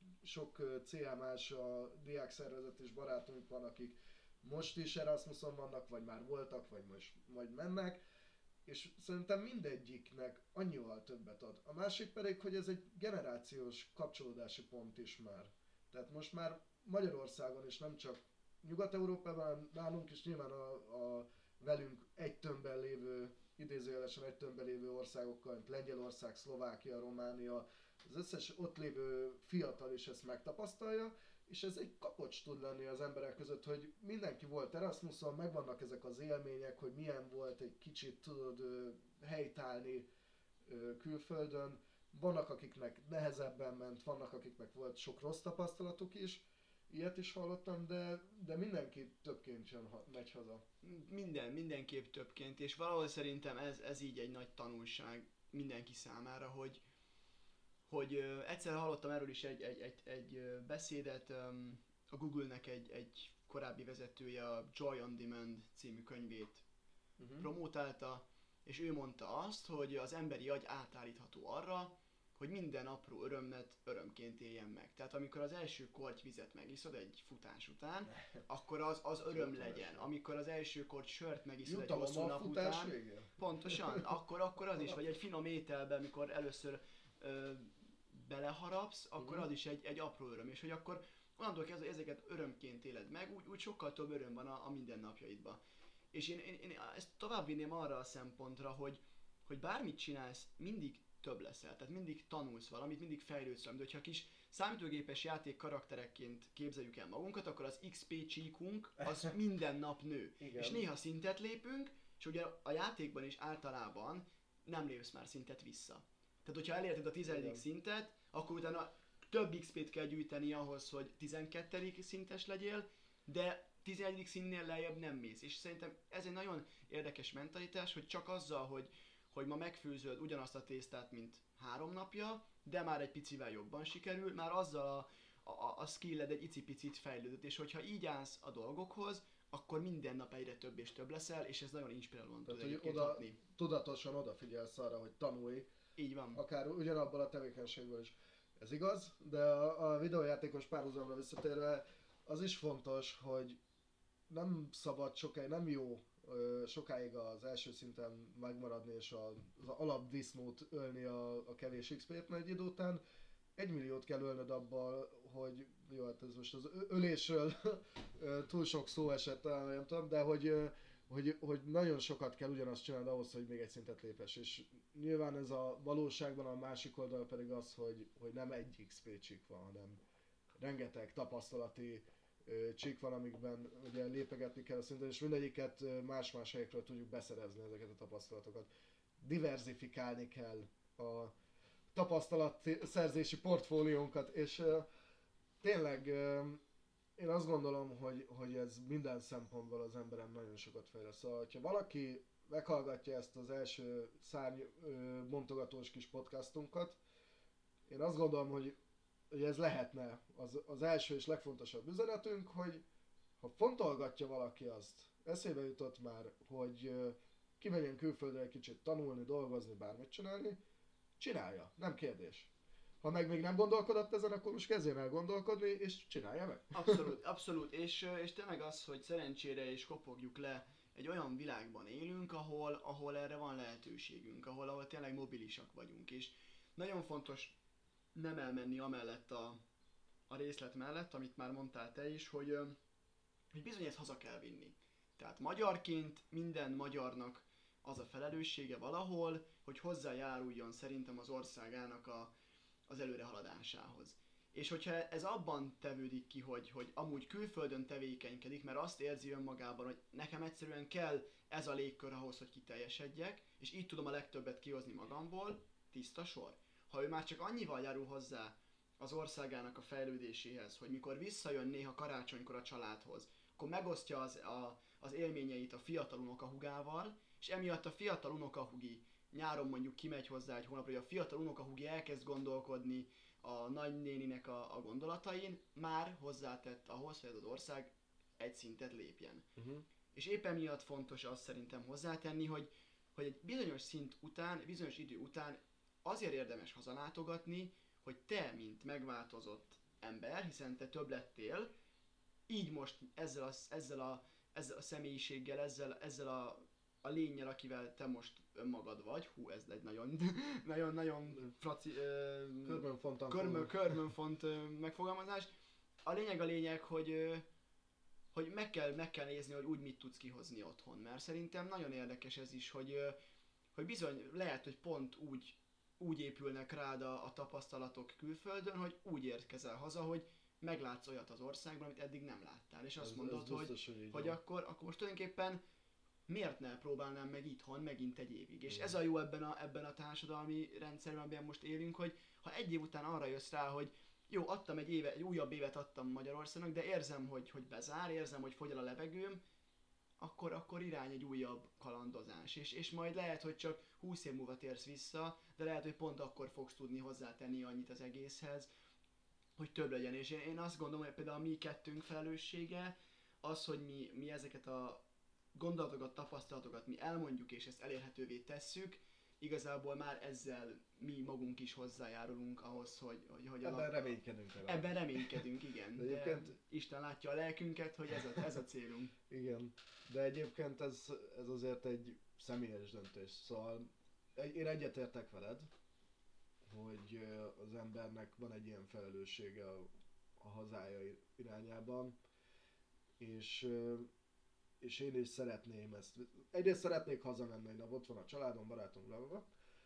sok cé em es, a diákszervezet és barátunk van, akik most is Erasmuson vannak, vagy már voltak, vagy most majd mennek, és szerintem mindegyiknek annyival többet ad. A másik pedig, hogy ez egy generációs kapcsolódási pont is már. Tehát most már Magyarországon is nem csak Nyugat-Európában, nálunk is nyilván a, a velünk egy tömbben lévő, idézőjelesen egy tömbben lévő országokkal, mint Lengyelország, Szlovákia, Románia, az összes ott lévő fiatal is ezt megtapasztalja, és ez egy kapocs tud lenni az emberek között, hogy mindenki volt Erasmuson, megvannak ezek az élmények, hogy milyen volt egy kicsit, tudod, helytállni külföldön. Vannak, akiknek nehezebben ment, vannak, akiknek volt sok rossz tapasztalatuk is, ilyet is hallottam, de, de mindenki többként jön, megy haza. Minden, mindenképp többként, és valahol szerintem ez, ez így egy nagy tanulság mindenki számára, hogy hogy ö, egyszer hallottam erről is egy, egy, egy, egy ö, beszédet, ö, a Google-nek egy, egy korábbi vezetője a Joy on Demand című könyvét uh-huh. promótálta, és ő mondta azt, hogy az emberi agy átállítható arra, hogy minden apró örömmet örömként éljen meg. Tehát amikor az első kortyvizet megiszod egy futás után, akkor az, az öröm legyen. Amikor az első korty sört megiszod egy hosszú nap után, végén? Pontosan, akkor, akkor az is, vagy egy finom ételbe, amikor először ö, beleharapsz, akkor uh-huh. az is egy, egy apró öröm, és hogy akkor onnantól kezdve ezeket örömként éled meg, úgy, úgy sokkal több öröm van a, a mindennapjaidban. És én, én, én ezt tovább vinném arra a szempontra, hogy, hogy bármit csinálsz, mindig több leszel, tehát mindig tanulsz valamit, mindig fejlődsz valamit, de hogyha kis számítógépes játék karakterekként képzeljük el magunkat, akkor az iksz pé csíkunk az minden nap nő. Igen. És néha szintet lépünk, és ugye a játékban is általában nem lépsz már szintet vissza. Tehát, hogyha elérted a tizedik szintet, akkor utána több iksz pét kell gyűjteni ahhoz, hogy tizenkettedik szintes legyél, de tizenegyedik színnél lejjebb nem mész. És szerintem ez egy nagyon érdekes mentalitás, hogy csak azzal, hogy, hogy ma megfőzöd ugyanazt a tésztát, mint három napja, de már egy picivel jobban sikerül, már azzal a, a, a skilled egy icipicit fejlődött, és hogyha így állsz a dolgokhoz, akkor minden nap egyre több és több leszel, és ez nagyon inspirálóan tud egyébként oda, hatni. Tudatosan odafigyelsz arra, hogy tanulj. Így van. Akár ugyanabban a tevékenységből is. Ez igaz, de a, a videójátékos párhuzamra visszatérve az is fontos, hogy nem szabad sokáig, nem jó ö, sokáig az első szinten megmaradni és a, az alapdisznót ölni a, a kevés iksz pét, mert egy idő után egy milliót kell ölnöd abban, hogy jó, hát ez most az ölésről túl sok szó esett, nem tudom, de hogy Hogy, hogy nagyon sokat kell ugyanazt csinálni ahhoz, hogy még egy szintet lépes. És nyilván ez a valóságban a másik oldal pedig az, hogy, hogy nem egy iksz pé csík van, hanem rengeteg tapasztalati ö, csík van, amikben ugye lépegetni kell a szinten, és mindegyiket más-más helyekről tudjuk beszerezni ezeket a tapasztalatokat. Diverzifikálni kell a tapasztalatszerzési portfóliónkat, és ö, tényleg ö, én azt gondolom, hogy, hogy ez minden szempontból az emberem nagyon sokat fejlesz. Szóval, ha valaki meghallgatja ezt az első szárny ö, bontogatós kis podcastunkat, én azt gondolom, hogy, hogy ez lehetne az, az első és legfontosabb üzenetünk, hogy ha fontolgatja valaki azt, eszébe jutott már, hogy ö, kimenjen külföldre egy kicsit tanulni, dolgozni, bármit csinálni, csinálja, nem kérdés. Ha meg még nem gondolkodott ezen, akkor most kezdjen el gondolkodni, és csinálja meg. Abszolút, abszolút. És, és tényleg az, hogy szerencsére és kopogjuk le, egy olyan világban élünk, ahol, ahol erre van lehetőségünk, ahol, ahol tényleg mobilisak vagyunk. És nagyon fontos nem elmenni amellett a, a részlet mellett, amit már mondtál te is, hogy, hogy bizony ezt haza kell vinni. Tehát magyarként minden magyarnak az a felelőssége valahol, hogy hozzájáruljon szerintem az országának a, az előrehaladásához. És hogyha ez abban tevődik ki, hogy, hogy amúgy külföldön tevékenykedik, mert azt érzi önmagában, hogy nekem egyszerűen kell ez a légkör ahhoz, hogy kiteljesedjek, és így tudom a legtöbbet kihozni magamból, tiszta sor. Ha ő már csak annyival járul hozzá az országának a fejlődéséhez, hogy mikor visszajön néha karácsonykor a családhoz, akkor megosztja az, a, az élményeit a fiatal unokahugával, és emiatt a fiatal unokahugi nyáron mondjuk kimegy hozzá egy hónapra, hogy a fiatal unokahugi elkezd gondolkodni a nagynéninek a, a gondolatain, már hozzátett ahhoz, hogy ez az ország egy szintet lépjen. Uh-huh. És éppen miatt fontos azt szerintem hozzátenni, hogy, hogy egy bizonyos szint után, bizonyos idő után azért érdemes hazalátogatni, hogy te, mint megváltozott ember, hiszen te több lettél, így most ezzel a, ezzel a, ezzel a személyiséggel, ezzel, ezzel a, a lénnyel, akivel te most önmagad vagy, hú, ez egy nagyon, nagyon, nagyon fraci, körmön, körmönfont megfogalmazás. A lényeg a lényeg, hogy, hogy meg, kell, meg kell nézni, hogy úgy mit tudsz kihozni otthon, mert szerintem nagyon érdekes ez is, hogy, hogy bizony lehet, hogy pont úgy, úgy épülnek rád a, a tapasztalatok külföldön, hogy úgy érkezel haza, hogy meglátsz olyat az országban, amit eddig nem láttál, és azt ez, mondod, ez biztos, hogy, hogy, hogy akkor, akkor most tulajdonképpen miért ne próbálnám meg itthon megint egy évig. És ez a jó ebben a, ebben a társadalmi rendszerben, amiben most élünk, hogy ha egy év után arra jössz rá, hogy jó, adtam egy éve, egy újabb évet adtam Magyarországnak, de érzem, hogy, hogy bezár, érzem, hogy fogy el a levegőm, akkor, akkor irány egy újabb kalandozás. És, és majd lehet, hogy csak húsz év múlva térsz vissza, de lehet, hogy pont akkor fogsz tudni hozzátenni annyit az egészhez, hogy több legyen. És én, én azt gondolom, hogy például a mi kettőnk felelőssége az, hogy mi, mi ezeket a gondolatokat, tapasztalatokat mi elmondjuk és ezt elérhetővé tesszük, igazából már ezzel mi magunk is hozzájárulunk ahhoz, hogy... hogy, hogy ebben a, reménykedünk. El. Ebben reménykedünk, igen. De egyébként... de Isten látja a lelkünket, hogy ez a, ez a célunk. Igen, de egyébként ez, ez azért egy személyes döntés. Szóval én egyetértek veled, hogy az embernek van egy ilyen felelőssége a, a hazája irányában, és... és én is szeretném ezt. Egyrészt szeretnék hazamenni, hogy ott van a családom, barátom, blablabla.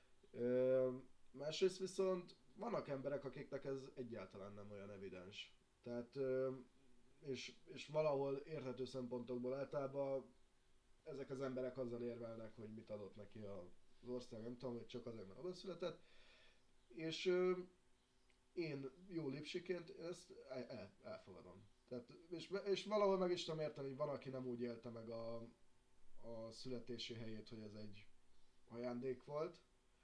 Másrészt viszont vannak emberek, akiknek ez egyáltalán nem olyan evidens. Tehát, ö, és, és valahol érthető szempontokból általában ezek az emberek azzal érvelnek, hogy mit adott neki az ország, nem tudom, hogy csak azért, mert oda született. És ö, én jó lipsiként ezt el, el, elfogadom. Tehát, és, és valahol meg is tudom érteni, hogy van, aki nem úgy élte meg a, a születési helyét, hogy ez egy ajándék volt.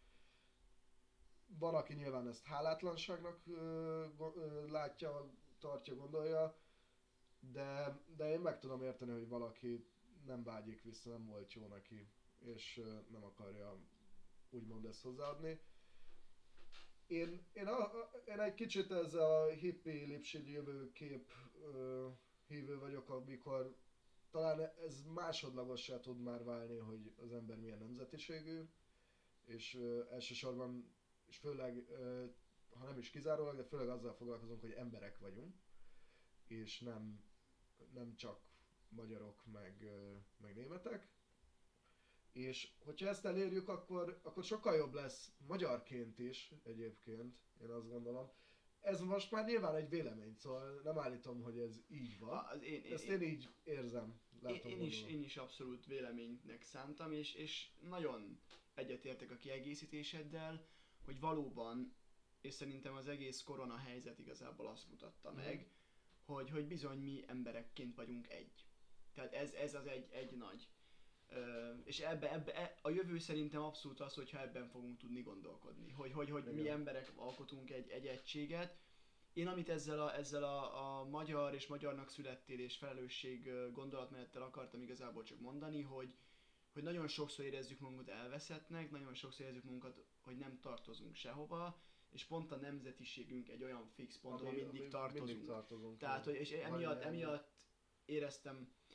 Van, aki nyilván ezt hálátlanságnak ö, ö, látja, tartja, gondolja, de, de én meg tudom érteni, hogy valaki nem vágyik vissza, nem volt jó neki, és ö, nem akarja úgymond ezt hozzáadni. Én, én, a, a, én egy kicsit ez a hippi lipsi jövőkép ö, hívő vagyok, amikor talán ez másodlagossá tud már válni, hogy az ember milyen nemzetiségű, és ö, elsősorban, és főleg, ö, ha nem is kizárólag, de főleg azzal foglalkozunk, hogy emberek vagyunk, és nem, nem csak magyarok, meg, ö, meg németek. És hogyha ezt elérjük, akkor, akkor sokkal jobb lesz magyarként is egyébként, én azt gondolom. Ez most már nyilván egy vélemény, szóval nem állítom, hogy ez így van. Az én, én, Ezt én, én így érzem, látom. Én, én, is, én is abszolút véleménynek szántam, és, és nagyon egyetértek a kiegészítéseddel, hogy valóban, és szerintem az egész korona helyzet igazából azt mutatta mm. meg, hogy, hogy bizony mi emberekként vagyunk egy. Tehát ez, ez az egy, egy nagy. Uh, és ebbe, ebbe, e, a jövő szerintem abszolút az, hogyha ebben fogunk tudni gondolkodni, hogy, hogy, hogy mi emberek alkotunk egy, egy egységet. Én amit ezzel, a, ezzel a, a magyar és magyarnak születtél és felelősség gondolatmenettel akartam igazából csak mondani, hogy, hogy nagyon sokszor érezzük magunkat elveszettnek, nagyon sokszor érezzük magunkat, hogy nem tartozunk sehova, és pont a nemzetiségünk egy olyan fix pont, ahol mindig, tartozunk. mindig tartozunk. Tehát, hogy, és emiatt, emiatt éreztem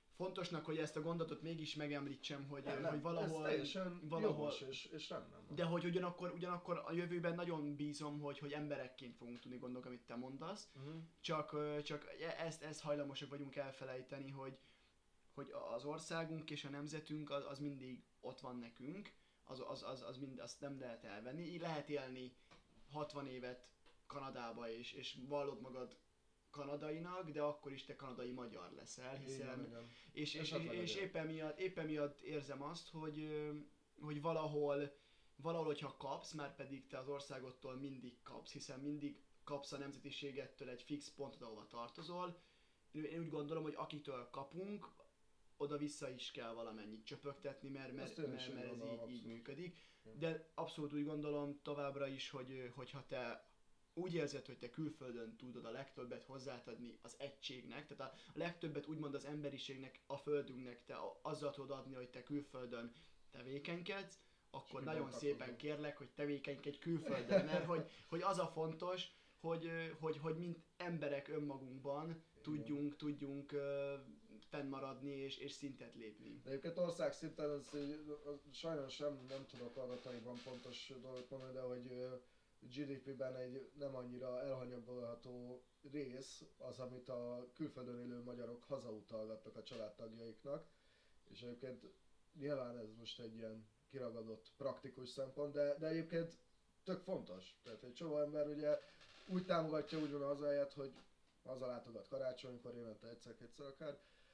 fontosnak, hogy ezt a gondolatot mégis megemlítsem, hogy, nem, nem, hogy valahol... Ez valahol és, és rendben van. De hogy ugyanakkor, ugyanakkor a jövőben nagyon bízom, hogy, hogy emberekként fogunk tudni gondolni, amit te mondasz. Uh-huh. Csak, csak ezt, ezt hajlamosak vagyunk elfelejteni, hogy, hogy az országunk és a nemzetünk az, az mindig ott van nekünk, az, az, az, az mind, azt nem lehet elvenni. Így lehet élni hatvan évet Kanadába és, és vallod magad kanadainak, de akkor is te kanadai magyar leszel, hiszen... Igen, igen. És, és, és, és éppen, miatt, éppen miatt érzem azt, hogy, hogy valahol, valahol, hogyha kapsz, már pedig te az országodtól mindig kapsz, hiszen mindig kapsz a nemzetiségettől egy fix pontot, ahova tartozol. Én úgy gondolom, hogy akitől kapunk, oda-vissza is kell valamennyit csöpögtetni, mert, mert, mert, mert ez így, így működik. De abszolút úgy gondolom továbbra is, hogy hogyha te úgy érzed, hogy te külföldön tudod a legtöbbet hozzátadni az egységnek, tehát a legtöbbet úgymond az emberiségnek, a földünknek te azzal tudod adni, hogy te külföldön tevékenykedsz, akkor nagyon szépen kérlek, hogy tevékenykedj külföldön, mert hogy, hogy az a fontos, hogy, hogy, hogy mint emberek önmagunkban tudjunk, tudjunk uh, fennmaradni és, és szintet lépni. De egyébként ország szinten az, az, sajnos nem, nem tudok adataiban pontos dolgot mondani, de hogy uh, gé dé pében egy nem annyira elhanyagolható rész az, amit a külföldön élő magyarok hazautalgatnak a családtagjaiknak, és egyébként nyilván ez most egy ilyen kiragadott praktikus szempont, de, de egyébként tök fontos. Tehát egy csomó ember ugye úgy támogatja úgymond hazáját, hogy hazalátogat karácsonykor, évente egyszer-kétszer akár,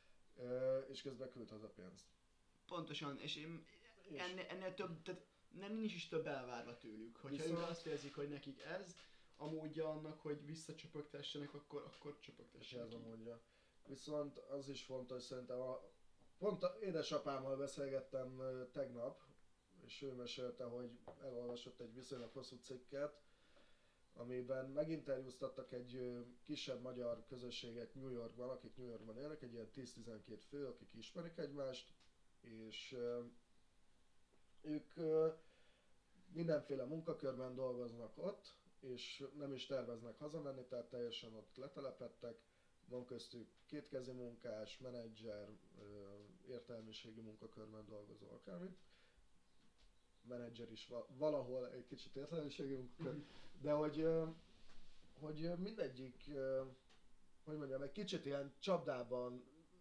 és közben küld haza pénzt. Pontosan, és én és ennél, ennél több, tehát nem nincs is több elvárva tőlük. Hogyha viszont ők azt érzik, hogy nekik ez a módja annak, hogy visszacsöpögtessenek, akkor, akkor csöpögtessenek. Ez a módja. Viszont az is fontos szerintem, a, pont a édesapámmal beszélgettem tegnap, és ő mesélte, hogy elolvasott egy viszonylag hosszú cikket, amiben meginterjúztattak egy kisebb magyar közösséget New Yorkban, akik New Yorkban élnek, egy ilyen tíz-tizenkét fő, akik ismerik egymást, és ők mindenféle munkakörben dolgoznak ott, és nem is terveznek hazamenni, tehát teljesen ott letelepedtek. Van köztük kétkezi munkás, menedzser, értelmiségi munkakörben dolgozó, akármit. Menedzser is valahol egy kicsit értelmiségi munkakör, de hogy, hogy mindegyik, hogy mondjam, egy kicsit ilyen csapdában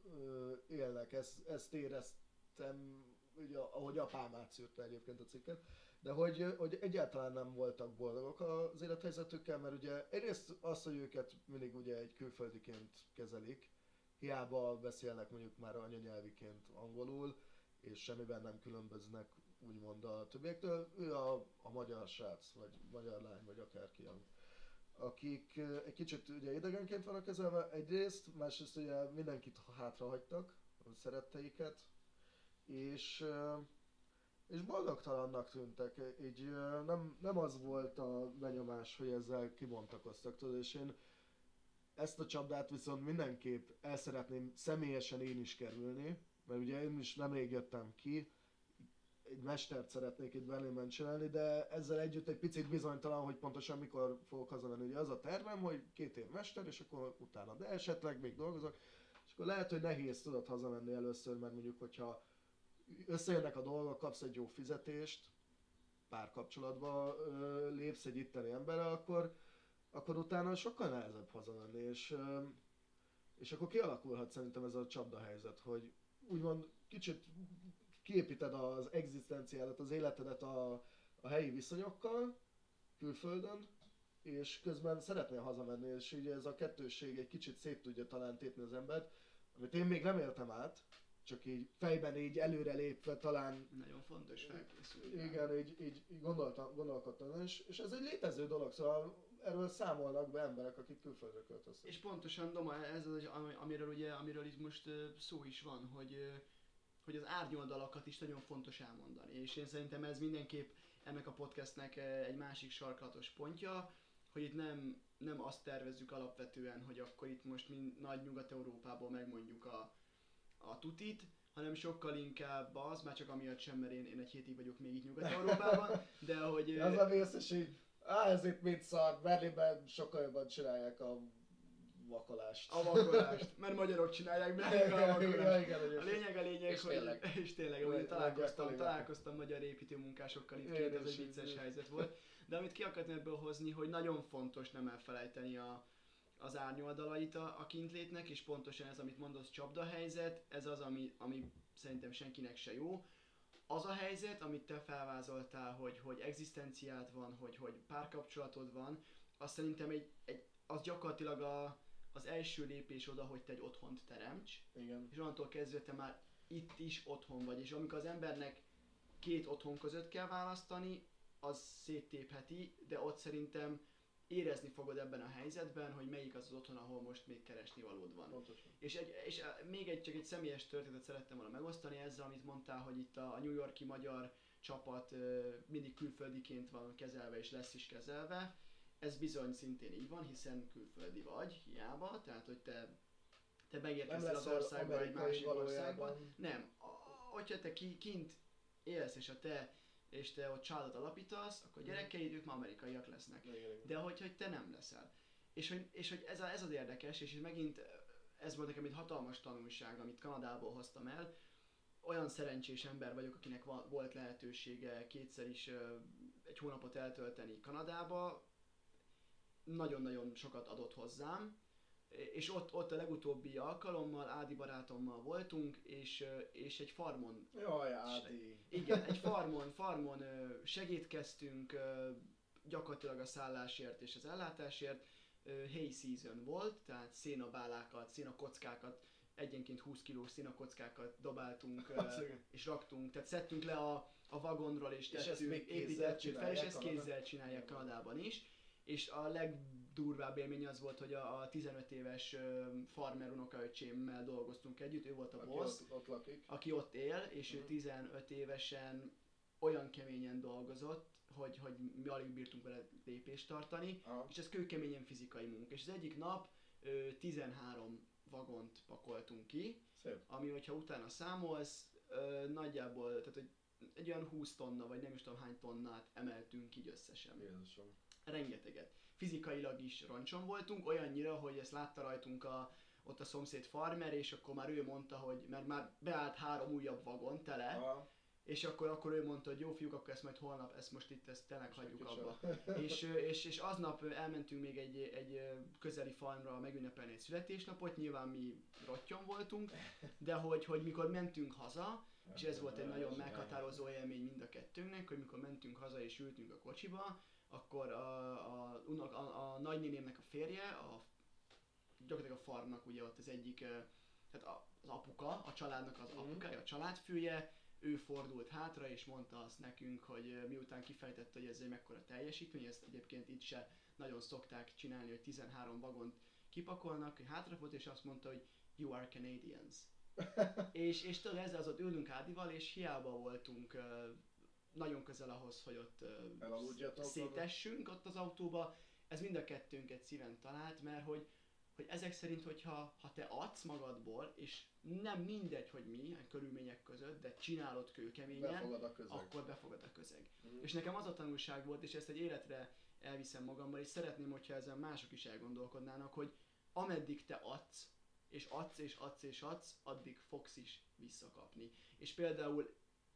élnek, ezt, ezt éreztem, ugye, ahogy apám átszűrte egyébként a cikket, de hogy, hogy egyáltalán nem voltak boldogok az élethelyzetükkel, mert ugye egyrészt az, hogy őket mindig ugye egy külföldiként kezelik, hiába beszélnek mondjuk már anyanyelviként angolul, és semmiben nem különböznek úgymond a többiektől, ő a, a magyar srác, vagy magyar lány, vagy akárki, akik egy kicsit ugye idegenként vannak kezelve egyrészt, másrészt ugye mindenkit hátrahagytak, a szeretteiket, és, és boldogtalannak tűntek, így nem, nem az volt a benyomás, hogy ezzel kibontakoztak, tudod, és én ezt a csapdát viszont mindenképp el szeretném személyesen én is kerülni, mert ugye én is nemrég jöttem ki, egy mestert szeretnék itt Berlinben csinálni, de ezzel együtt egy picit bizonytalan, hogy pontosan mikor fogok hazamenni. Ugye az a tervem, hogy két év mester, és akkor utána, de esetleg még dolgozok, és akkor lehet, hogy nehéz tudod hazamenni először, mert mondjuk, hogyha összejönnek a dolgok, kapsz egy jó fizetést, párkapcsolatba ö, lépsz egy itteni emberrel, akkor, akkor utána sokkal nehezebb hazamenni, és, ö, és akkor kialakulhat szerintem ez a csapda helyzet, hogy úgymond kicsit kiépíted az egzisztenciádat, az életedet a, a helyi viszonyokkal, külföldön, és közben szeretnél hazamenni, és így ez a kettősség egy kicsit szét tudja talán tépni az embert, amit én még nem éltem át, csak így fejben így előre lépve talán... Nagyon fontos felkészülni. Igen, így, így, így gondoltam, gondolkodtam, és, és ez egy létező dolog, szóval erről számolnak be emberek, akik külföldre költöztek. És pontosan, Doma, ez az, amiről ugye, amiről itt most szó is van, hogy hogy az árnyoldalakat is nagyon fontos elmondani, és én szerintem ez mindenképp ennek a podcastnek egy másik sarkalatos pontja, hogy itt nem, nem azt tervezzük alapvetően, hogy akkor itt most mind nagy Nyugat-Európából megmondjuk a, a tutit, hanem sokkal inkább az, már csak amiatt sem, mert én, én egy hétig vagyok még itt Nyugat-Európában, de hogy... Az a vész, és így, á, ez itt mit szar, Berlinben sokkal jobban csinálják a vakolást. A vakolást, mert magyarok csinálják be a vakolást. A lényeg a lényeg, és hogy tényleg, és tényleg hogy találkoztam, találkoztam magyar építőmunkásokkal itt két, ez egy vicces helyzet volt. De amit ki akartam ebből hozni, hogy nagyon fontos nem elfelejteni a, az árnyoldalait a, a kintlétnek, és pontosan ez, amit mondasz, csapdahelyzet, ez az, ami, ami szerintem senkinek se jó. Az a helyzet, amit te felvázoltál, hogy, hogy egzisztenciád van, hogy, hogy párkapcsolatod van, az szerintem egy, egy, az gyakorlatilag a, az első lépés oda, hogy te egy otthont teremts. Igen. És onnantól kezdve te már itt is otthon vagy. És amikor az embernek két otthon között kell választani, az széttépheti, de ott szerintem érezni fogod ebben a helyzetben, hogy melyik az az otthon, ahol most még keresni valód van. Pontosan. És, egy, és még egy, csak egy személyes történetet szerettem volna megosztani ezzel, amit mondtál, hogy itt a New York-i magyar csapat uh, mindig külföldiként van kezelve és lesz is kezelve. Ez bizony szintén így van, hiszen külföldi vagy, hiába, tehát hogy te, te megérkeztél az országba egy másik országban. Nem, a, hogyha te ki, kint élsz és a te és te ott családot alapítasz, akkor a gyerekeid, ők már amerikaiak lesznek. De hogy, hogy te nem leszel. És hogy, és hogy ez, a, ez az érdekes, és megint ez volt nekem egy hatalmas tanulság, amit Kanadából hoztam el. Olyan szerencsés ember vagyok, akinek va, volt lehetősége kétszer is uh, egy hónapot eltölteni Kanadába. Nagyon-nagyon sokat adott hozzám. És ott, ott a legutóbbi alkalommal Ádi barátommal voltunk, és, és egy farmon... Jaj, Ádi! Igen, egy farmon, farmon segítkeztünk gyakorlatilag a szállásért és az ellátásért. Hay season volt, tehát szénabálákat, szénakockákat, egyenként húsz kilós szénakockákat dobáltunk és raktunk, tehát szedtünk le a, a vagonról és, és tettünk, építettük fel, és ezt kézzel csinálják Kanadában is. És a legdurvább élmény az volt, hogy a, a tizenöt éves uh, farmer unokaöcsémmel dolgoztunk együtt, ő volt a aki boss, ott, ott lakik. aki ott él, és uh-huh. ő tizenöt évesen olyan keményen dolgozott, hogy, hogy mi alig bírtunk vele lépést tartani, uh-huh. és ez kőkeményen fizikai munka. És az egyik nap uh, tizenhárom vagont pakoltunk ki, Szép. Ami, hogyha utána számolsz, uh, nagyjából, tehát hogy egy olyan húsz tonna, vagy nem is tudom hány tonnát emeltünk így összesen. Jézusom. Rengeteget. Fizikailag is roncson voltunk, olyannyira, hogy ezt látta rajtunk a, ott a szomszéd farmer, és akkor már ő mondta, hogy mert már beállt három újabb vagon tele, Aha. és akkor, akkor ő mondta, hogy jó fiúk, akkor ezt majd holnap, ezt most itt ezt tényleg hagyjuk abba. és, és, és aznap elmentünk még egy, egy közeli farmra megünnepelni egy születésnapot, nyilván mi rottyon voltunk, de hogy, hogy mikor mentünk haza, és ez volt egy nagyon meghatározó élmény mind a kettőnknek, hogy mikor mentünk haza és ültünk a kocsiba, akkor a, a, a, a, a nagynénémnek a férje, a, gyakorlatilag a farmnak ugye ott az egyik, tehát az apuka, a családnak az apukája, a családfője, ő fordult hátra és mondta azt nekünk, hogy miután kifejtette, hogy ez egy mekkora teljesítmény, ezt egyébként itt se nagyon szokták csinálni, hogy tizenhárom vagont kipakolnak, hogy hátrafordult és azt mondta, hogy you are Canadians. és, és tudod, ezzel az ott ülünk Ádival, és hiába voltunk nagyon közel ahhoz, hogy ott uh, szétessünk ott az autóba, ez mind a kettőnket szíven talált, mert hogy, hogy ezek szerint, hogyha ha te adsz magadból, és nem mindegy, hogy mi, a körülmények között, de csinálod kőkeményen, befogad a közeg. akkor befogad a közeg. Mm. És nekem az a tanulság volt, és ezt egy életre elviszem magammal, és szeretném, hogyha ezen mások is elgondolkodnának, hogy ameddig te adsz, és adsz, és adsz, és adsz, addig fogsz is visszakapni. És például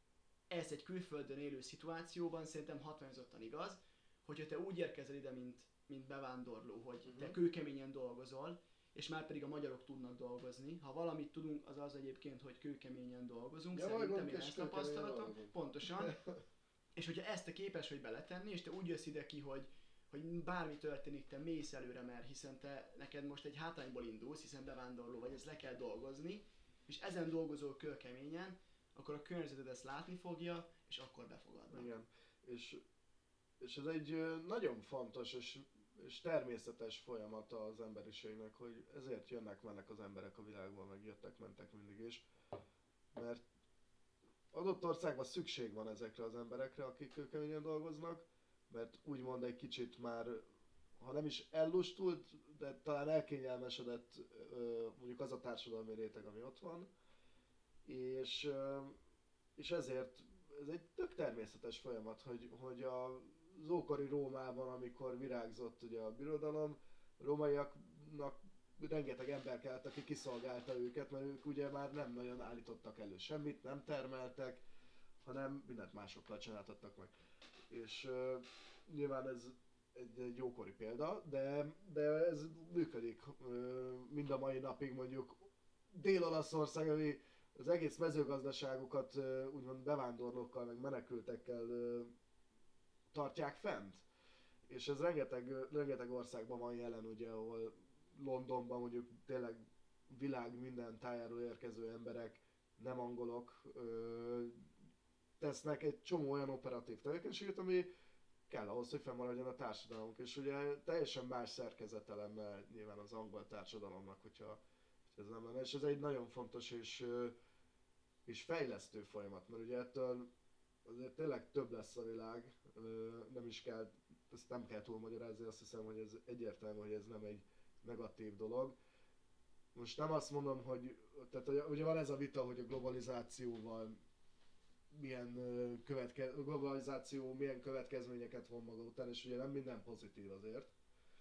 ez egy külföldön élő szituációban szerintem hatványozottan igaz, hogyha te úgy érkezel ide, mint, mint bevándorló, hogy uh-huh. te kőkeményen dolgozol, és már pedig a magyarok tudnak dolgozni. Ha valamit tudunk, az az egyébként, hogy kőkeményen dolgozunk, ja, szerintem én ezt tapasztalatom, pontosan. És hogyha ezt te képes vagy beletenni, és te úgy jössz ide ki, hogy, hogy bármi történik, te mész előre, mert hiszen te neked most egy hátrányból indulsz, hiszen bevándorló vagy, ezt le kell dolgozni, és ezen dolgozol kőkeményen, akkor a környezeted ezt látni fogja, és akkor befogadnak. Igen, és, és ez egy nagyon fontos és, és természetes folyamata az emberiségnek, hogy ezért jönnek, mennek az emberek a világban, meg jöttek, mentek mindig is, mert adott országban szükség van ezekre az emberekre, akik kőkeményen dolgoznak, mert úgymond egy kicsit már, ha nem is ellustult, de talán elkényelmesedett mondjuk az a társadalmi réteg, ami ott van, és, és ezért ez egy tök természetes folyamat, hogy, hogy az ókori Rómában, amikor virágzott ugye a birodalom, rómaiaknak rengeteg ember kellett, aki kiszolgálta őket, mert ők ugye már nem nagyon állítottak elő semmit, nem termeltek, hanem mindent másokkal csináltattak meg. És uh, nyilván ez egy, egy jókori példa, de, de ez működik uh, mind a mai napig mondjuk Dél-Olaszország, ami az egész mezőgazdaságukat uh, úgymond bevándorlókkal, meg menekültekkel uh, tartják fent. És ez rengeteg, rengeteg országban van jelen, ugye, ahol Londonban mondjuk tényleg világ minden tájáról érkező emberek, nem angolok, ö, tesznek egy csomó olyan operatív tevékenységet, ami kell ahhoz, hogy fennmaradjon a társadalmunk. És ugye teljesen más szerkezete lenne nyilván az angol társadalomnak, hogyha ez nem lenne. És ez egy nagyon fontos és, és fejlesztő folyamat, mert ugye ettől azért tényleg több lesz a világ, nem is kell, ezt nem kell túlmagyarázni, azt hiszem, hogy ez egyértelmű, hogy ez nem egy negatív dolog. Most nem azt mondom, hogy, tehát ugye van ez a vita, hogy a globalizációval milyen követke, globalizáció milyen következményeket von maga után, és ugye nem minden pozitív azért.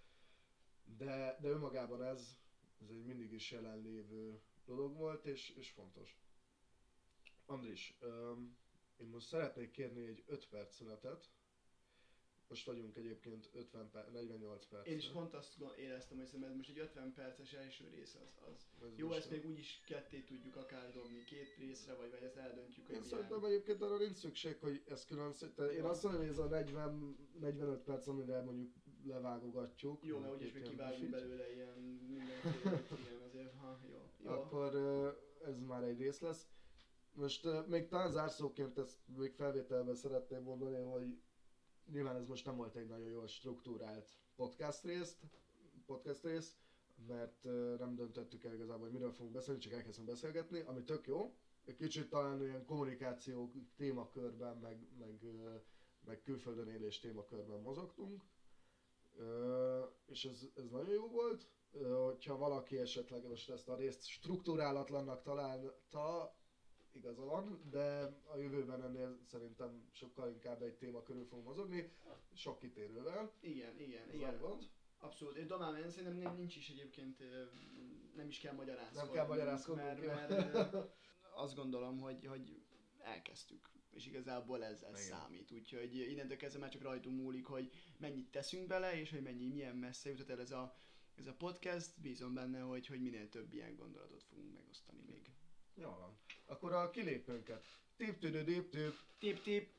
De, de önmagában ez, ez egy mindig is jelenlévő dolog volt, és, és fontos. Andris, um, én most szeretnék kérni egy öt perc szünetet. Most vagyunk egyébként ötven per, negyvennyolc perc. Én is pont azt éreztem, hogy ez most egy ötven perces első rész az. az. Ez Jó, ezt a... még úgyis ketté tudjuk akár dobni, két részre, vagy, vagy ezt eldöntjük, hogy Én milyen... szerintem egyébként arra nincs szükség, hogy ez külön szét. Én azt mondom, hogy ez a negyven negyvenöt perc, amire mondjuk levágogatjuk. Jó, mert úgyis még kivágunk belőle ilyen mindenféle, igen, azért, ha, jó. jó. Akkor ez már egy rész lesz. Most még talán zárszóként ezt még felvételben szeretném mondani, hogy nyilván ez most nem volt egy nagyon jól struktúrált podcast részt, podcast rész, mert nem döntöttük el igazából, hogy miről fogunk beszélni, csak elkezdtünk beszélgetni, ami tök jó. Egy kicsit talán olyan kommunikáció témakörben, meg, meg, meg külföldön élés témakörben mozogtunk, és ez, ez nagyon jó volt. Hogyha valaki esetleg most ezt a részt struktúrálatlannak találta, igaza van, de a jövőben ennél szerintem sokkal inkább egy téma körül fogunk mozogni, sok kitérővel. Igen, igen, igen. Gond. Abszolút, és Domán, én szerintem nincs is egyébként, nem is kell magyarázkodni. Nem kell magyarázkodni, mert, mert azt gondolom, hogy, hogy elkezdtük, és igazából ez, ez számít, úgyhogy innentől kezdve már csak rajtunk múlik, hogy mennyit teszünk bele, és hogy mennyi, milyen messze jutott el ez a, ez a podcast, bízom benne, hogy, hogy minél több ilyen gondolatot fogunk megosztani még. Jó van. Akkor a kilépőnket. Tip tüdő, tip tip. Tip tip.